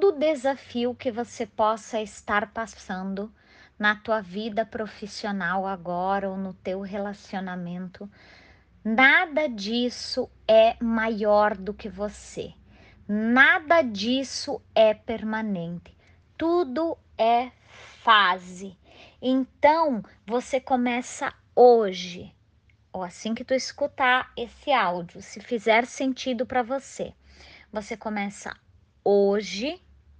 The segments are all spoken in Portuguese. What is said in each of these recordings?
todo desafio que você possa estar passando na tua vida profissional agora ou no teu relacionamento, nada disso é maior do que você. Nada disso é permanente. Tudo é fase. Então, você começa hoje, ou assim que tu escutar esse áudio, se fizer sentido para você, você começa hoje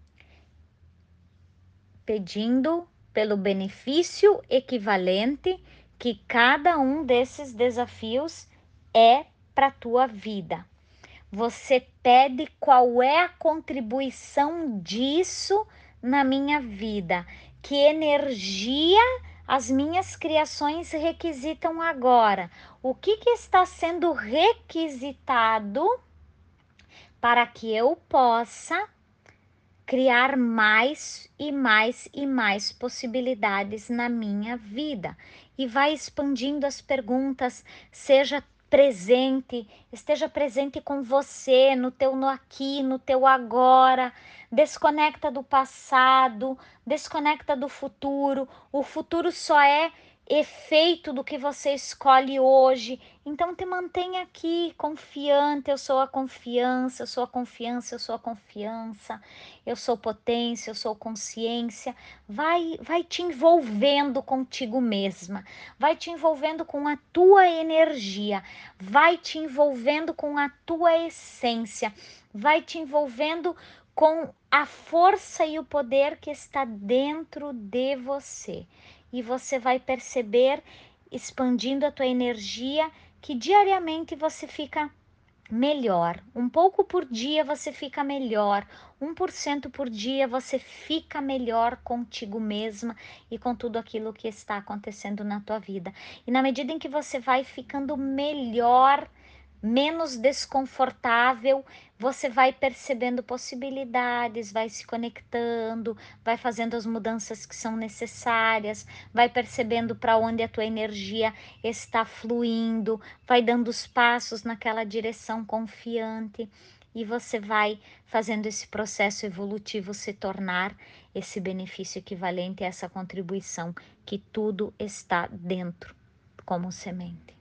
pedindo pelo benefício equivalente que cada um desses desafios é para a tua vida. Você pede qual é a contribuição disso na minha vida, que energia as minhas criações requisitam agora, o que está sendo requisitado para que eu possa criar mais e mais e mais possibilidades na minha vida. E vai expandindo as perguntas, seja presente, esteja presente com você, no teu no aqui, no teu agora. Desconecta do passado, desconecta do futuro. O futuro só é efeito do que você escolhe hoje. Então te mantenha aqui confiante, eu sou a confiança, eu sou a confiança, eu sou a confiança. Eu sou potência, eu sou consciência. Vai te envolvendo contigo mesma, vai te envolvendo com a tua energia, vai te envolvendo com a tua essência, vai te envolvendo com a força e o poder que está dentro de você. E você vai perceber, expandindo a tua energia, que diariamente você fica melhor. Um pouco por dia você fica melhor. 1% por dia você fica melhor contigo mesma e com tudo aquilo que está acontecendo na tua vida. E na medida em que você vai ficando melhor, menos desconfortável, você vai percebendo possibilidades, vai se conectando, vai fazendo as mudanças que são necessárias, vai percebendo para onde a tua energia está fluindo, vai dando os passos naquela direção confiante e você vai fazendo esse processo evolutivo se tornar esse benefício equivalente a essa contribuição que tudo está dentro como semente.